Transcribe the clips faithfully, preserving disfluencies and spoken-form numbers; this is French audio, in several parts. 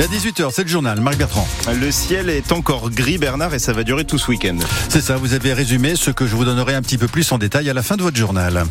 À dix-huit heures, c'est le journal. Marc Bertrand. Le ciel est encore gris, Bernard, et ça va durer tout ce week-end. C'est ça, vous avez résumé ce que je vous donnerai un petit peu plus en détail à la fin de votre journal.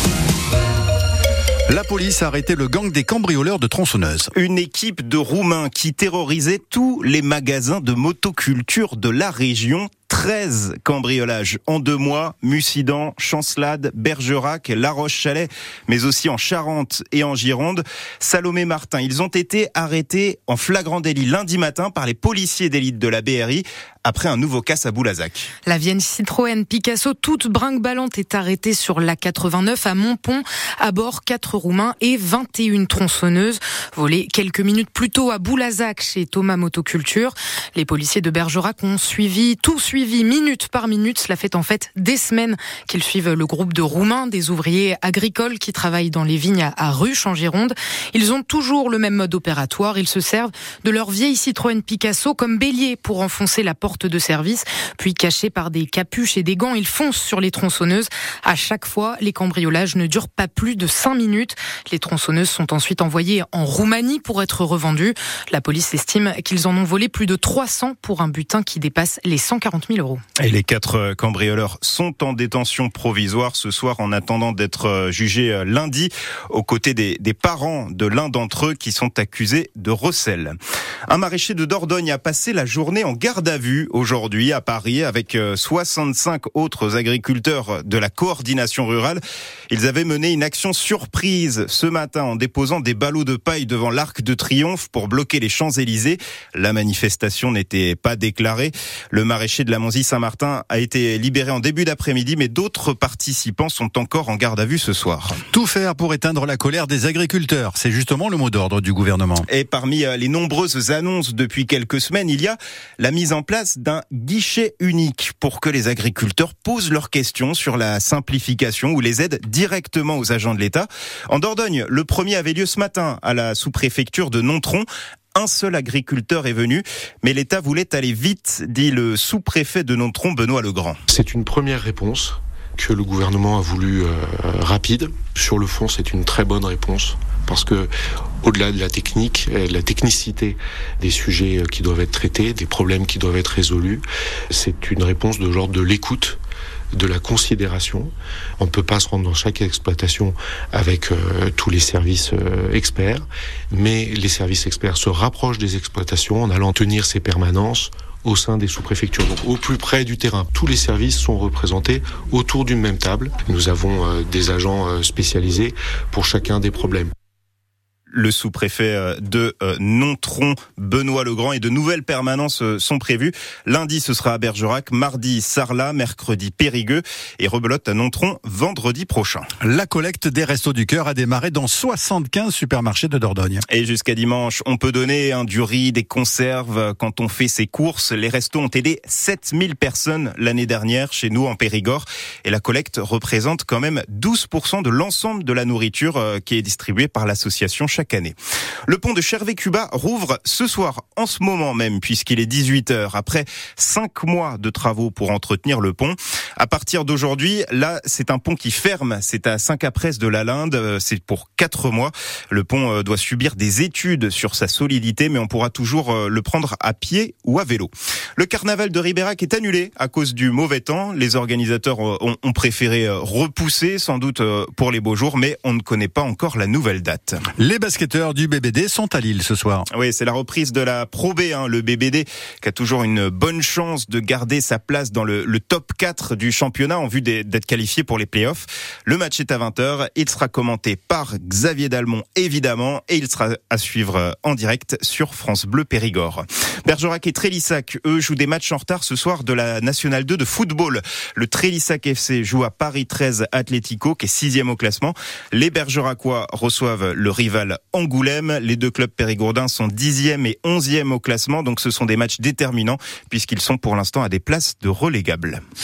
La police a arrêté le gang des cambrioleurs de tronçonneuses. Une équipe de Roumains qui terrorisait tous les magasins de motoculture de la région. treize cambriolages en deux mois, Mussidan, Chancelade, Bergerac, La Roche-Chalais, mais aussi en Charente et en Gironde. Salomé Martin, ils ont été arrêtés en flagrant délit lundi matin par les policiers d'élite de la B R I après un nouveau casse à Boulazac. La vieille Citroën Picasso, toute brinque-ballante, est arrêtée sur l'A quatre-vingt-neuf à Montpont. À bord, quatre Roumains et vingt et une tronçonneuses. Volées quelques minutes plus tôt à Boulazac chez Thomas Motoculture. Les policiers de Bergerac ont suivi, tout suivi minute par minute. Cela fait en fait des semaines qu'ils suivent le groupe de Roumains, des ouvriers agricoles qui travaillent dans les vignes à Ruche en Gironde. Ils ont toujours le même mode opératoire. Ils se servent de leur vieille Citroën Picasso comme bélier pour enfoncer la porte de service. Puis cachés par des capuches et des gants, ils foncent sur les tronçonneuses. À chaque fois, les cambriolages ne durent pas plus de cinq minutes. Les tronçonneuses sont ensuite envoyées en Roumanie pour être revendues. La police estime qu'ils en ont volé plus de trois cents pour un butin qui dépasse les cent quarante mille euros. Et les quatre cambrioleurs sont en détention provisoire ce soir en attendant d'être jugés lundi aux côtés des, des parents de l'un d'entre eux qui sont accusés de recel. Un maraîcher de Dordogne a passé la journée en garde à vue aujourd'hui à Paris avec soixante-cinq autres agriculteurs de la coordination rurale. Ils avaient mené une action surprise ce matin en déposant des ballots de paille devant l'Arc de Triomphe pour bloquer les Champs-Élysées. La manifestation n'était pas déclarée. Le maraîcher de la Monzie-Saint-Martin a été libéré en début d'après-midi, mais d'autres participants sont encore en garde à vue ce soir. Tout faire pour éteindre la colère des agriculteurs, c'est justement le mot d'ordre du gouvernement. Et parmi les nombreuses annonces depuis quelques semaines, il y a la mise en place d'un guichet unique pour que les agriculteurs posent leurs questions sur la simplification ou les aides directement aux agents de l'État. En Dordogne, le premier avait lieu ce matin à la sous-préfecture de Nontron. Un seul agriculteur est venu, mais l'État voulait aller vite, dit le sous-préfet de Nontron, Benoît Legrand. C'est une première réponse que le gouvernement a voulu euh, rapide. Sur le fond, c'est une très bonne réponse. Parce que, au-delà de la technique, de la technicité des sujets qui doivent être traités, des problèmes qui doivent être résolus, c'est une réponse de genre de l'écoute, de la considération. On ne peut pas se rendre dans chaque exploitation avec euh, tous les services euh, experts, mais les services experts se rapprochent des exploitations en allant tenir ces permanences au sein des sous-préfectures, donc au plus près du terrain. Tous les services sont représentés autour d'une même table. Nous avons euh, des agents euh, spécialisés pour chacun des problèmes. Le sous-préfet de Nontron, Benoît Legrand, et de nouvelles permanences sont prévues. Lundi, ce sera à Bergerac, mardi, Sarlat, mercredi, Périgueux et rebelote à Nontron vendredi prochain. La collecte des Restos du Cœur a démarré dans soixante-quinze supermarchés de Dordogne. Et jusqu'à dimanche, on peut donner hein, du riz, des conserves quand on fait ses courses. Les restos ont aidé sept mille personnes l'année dernière chez nous en Périgord. Et la collecte représente quand même douze pour cent de l'ensemble de la nourriture euh, qui est distribuée par l'association chaque année. Le pont de Chervé-Cubat rouvre ce soir, en ce moment même, puisqu'il est dix-huit heures. Après cinq mois de travaux pour entretenir le pont, à partir d'aujourd'hui, là, c'est un pont qui ferme. C'est à Saint-Caprès de la Linde. C'est pour quatre mois. Le pont doit subir des études sur sa solidité, mais on pourra toujours le prendre à pied ou à vélo. Le carnaval de Ribérac est annulé à cause du mauvais temps. Les organisateurs ont, ont préféré repousser, sans doute pour les beaux jours, mais on ne connaît pas encore la nouvelle date. Les basketteurs du B B D sont à Lille ce soir. Oui, c'est la reprise de la Pro B, hein, le B B D qui a toujours une bonne chance de garder sa place dans le, le top quatre du championnat en vue des, d'être qualifié pour les playoffs. Le match est à vingt heures, il sera commenté par Xavier Dalmont évidemment et il sera à suivre en direct sur France Bleu Périgord. Bergerac et Trélissac, eux, jouent des matchs en retard ce soir de la Nationale deux de football. Le Trélissac F C joue à Paris treize Atlético qui est sixième au classement. Les Bergeracois reçoivent le rival Angoulême. Les deux clubs périgourdins sont dixième et onzième au classement, donc ce sont des matchs déterminants puisqu'ils sont pour l'instant à des places de relégables.